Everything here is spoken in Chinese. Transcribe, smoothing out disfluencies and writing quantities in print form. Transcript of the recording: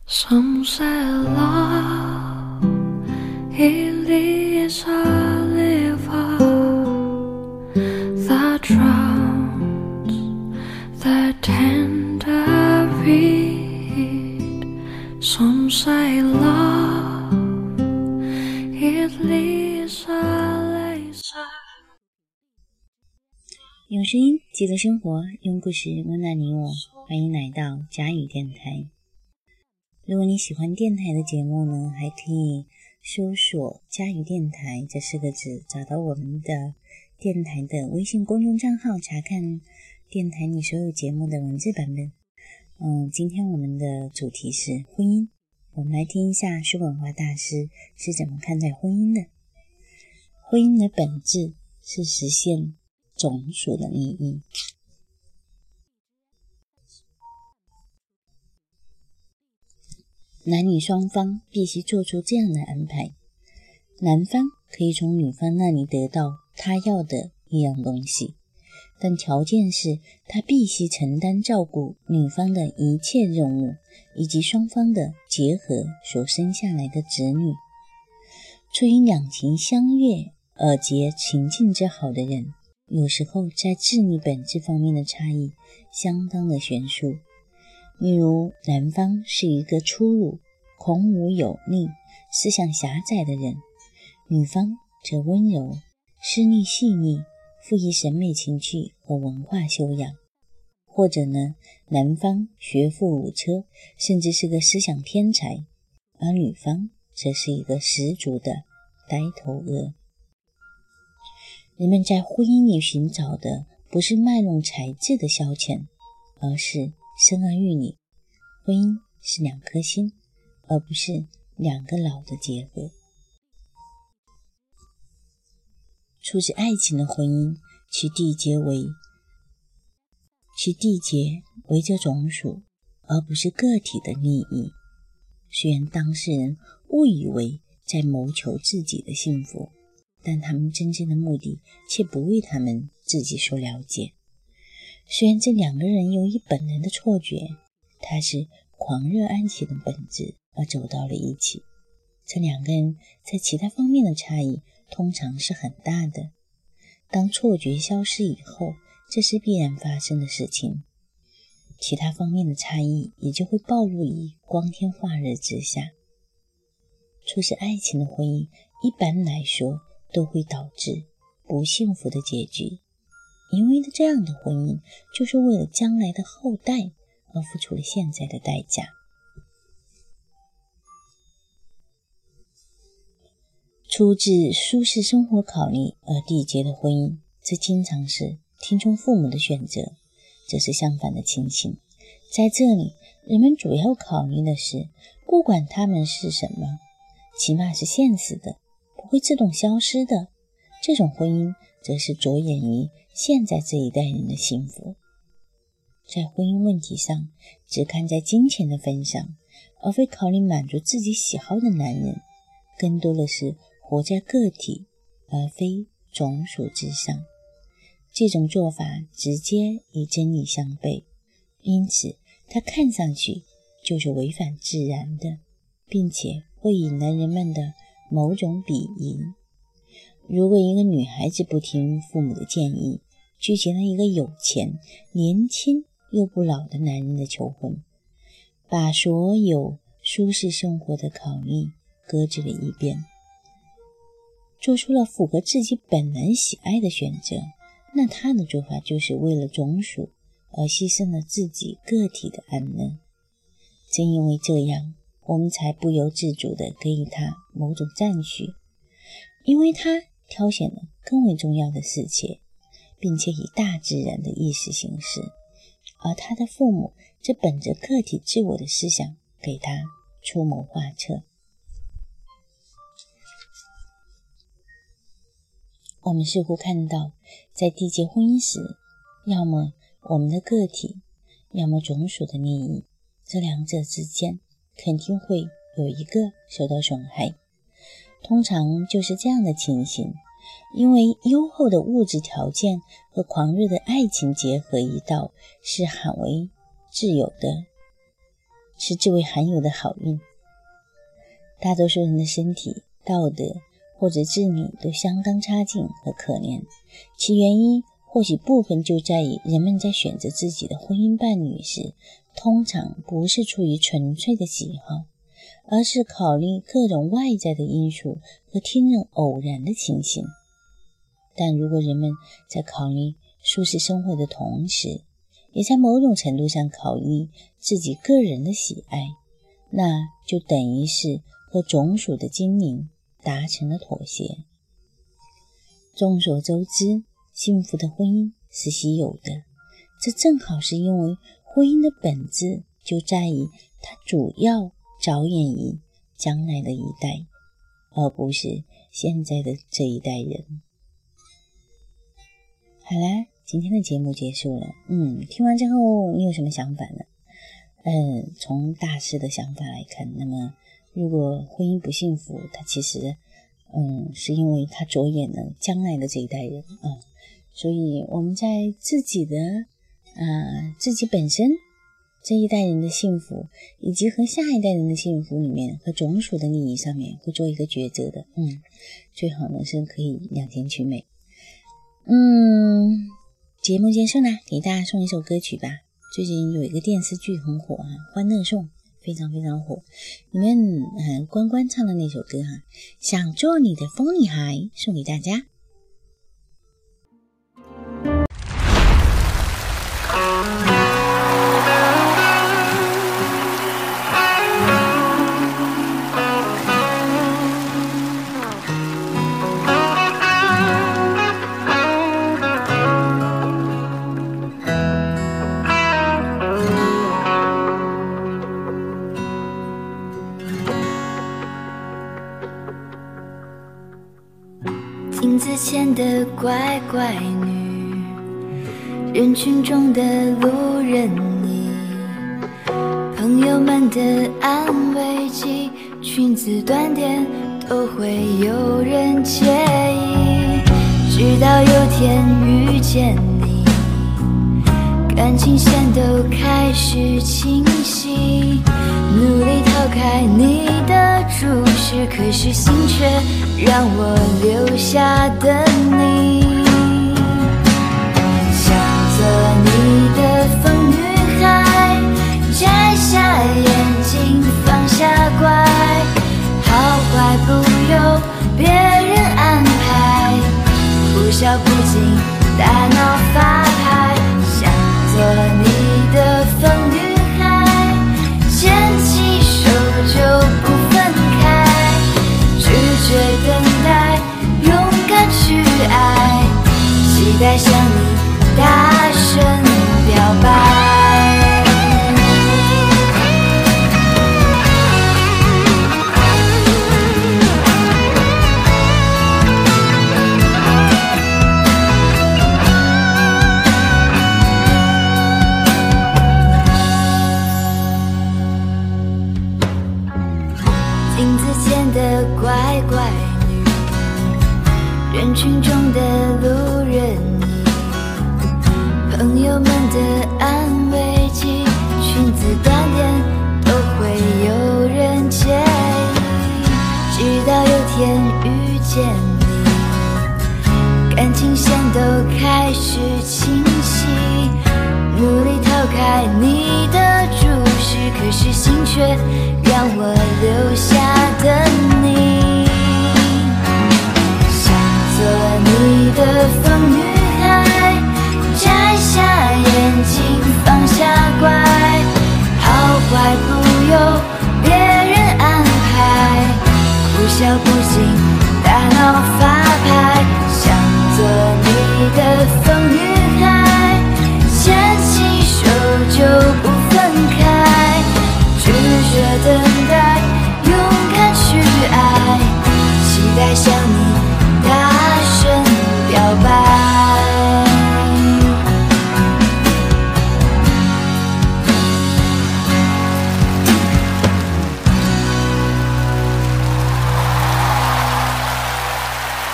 Some say love, it is a river that drowns the tender reed. Some say love, it is a laser。 用声音记录生活，用故事温暖你我。欢迎来到佳语电台。如果你喜欢电台的节目呢，还可以搜索佳语电台这4个字，找到我们的电台的微信公众账号，查看电台里所有节目的文字版本。今天我们的主题是婚姻，我们来听一下叔本华大师是怎么看待婚姻的。婚姻的本质是实现种属的利益。男女双方必须做出这样的安排，男方可以从女方那里得到他要的一样东西，但条件是他必须承担照顾女方的一切任务，以及双方的结合所生下来的子女。出于两情相悦而结情境之好的人，有时候在智力本质方面的差异相当的悬殊。例如，男方是一个粗鲁、孔武有力、思想狭窄的人，女方则温柔、思虑细腻，富于审美情趣和文化修养。或者呢，男方学富五车，甚至是个思想天才，而女方则是一个十足的呆头鹅。人们在婚姻里寻找的不是卖弄才智的消遣，而是生儿育女。婚姻是2颗心，而不是2个脑的结合。出自爱情的婚姻，其缔结为这种属，而不是个体的利益。虽然当事人误以为在谋求自己的幸福，但他们真正的目的却不为他们自己所了解。虽然这2个人由于本能的错觉，他是狂热爱情的本质而走到了一起，这2个人在其他方面的差异通常是很大的。当错觉消失以后，这是必然发生的事情，其他方面的差异也就会暴露于光天化日之下。出自爱情的婚姻一般来说都会导致不幸福的结局，因为这样的婚姻就是为了将来的后代而付出了现在的代价。出自舒适生活考虑而缔结的婚姻，这经常是听从父母的选择，这是相反的情形。在这里，人们主要考虑的是，不管他们是什么，起码是现实的，不会自动消失的。这种婚姻则是着眼于现在这一代人的幸福。在婚姻问题上，只看在金钱的份上，而非考虑满足自己喜好的男人，更多的是活在个体而非种属之上。这种做法直接与真理相悖，因此它看上去就是违反自然的，并且会引来人们的某种鄙夷。如果一个女孩子不听父母的建议，拒绝了一个有钱、年轻又不老的男人的求婚，把所有舒适生活的考虑搁置了一边，做出了符合自己本能喜爱的选择，那他的做法就是为了种属而牺牲了自己个体的安乐。正因为这样，我们才不由自主地给予他某种赞许，因为他挑选了更为重要的事情，并且以大自然的意识行事，而他的父母则本着个体自我的思想给他出谋划策。我们似乎看到，在缔结婚姻时，要么我们的个体，要么种属的利益，这2者之间肯定会有一个受到损害。通常就是这样的情形，因为优厚的物质条件和狂热的爱情结合一道，是罕为自有的是至为罕有的好运。大多数人的身体、道德或者智女都相当差劲和可怜，其原因或许部分就在于人们在选择自己的婚姻伴侣时，通常不是出于纯粹的喜好，而是考虑各种外在的因素和听任偶然的情形。但如果人们在考虑舒适生活的同时，也在某种程度上考虑自己个人的喜爱，那就等于是和种属的精灵达成了妥协。众所周知，幸福的婚姻是稀有的，这正好是因为婚姻的本质就在于它主要着眼于将来的一代，而不是现在的这一代人。好啦，今天的节目结束了。听完之后你有什么想法呢？从大师的想法来看，那么如果婚姻不幸福，它其实是因为它着眼了将来的这一代人所以我们在自己本身这一代人的幸福以及和下一代人的幸福里面和种属的利益上面会做一个抉择的。最好呢是可以两全其美。节目结束啦，给大家送一首歌曲吧。最近有一个电视剧很火欢乐颂非常非常火，里面关关唱的那首歌想做你的疯女孩，送给大家。 镜子前的乖乖女，人群中的路人乙，朋友们的安慰剂，裙子短点都会有人介意。直到有天遇见你，感情线都开始清晰，努力逃开你的注视，可是心却让我留下等你。想做你的疯女孩，摘下眼镜放下乖，好坏不由别人安排，哭笑不尽大脑发牌。想做你的疯女孩，牵起手就不分开，拒绝等待，勇敢去爱，期待向你大声表白。镜子前的乖乖女，人群中的路人乙，朋友们的安慰剂，裙子短点都会有人介意。直到有天遇见你，感情线都开始清晰，努力逃开你的注视，可是心却让我留下等你。想做你的疯女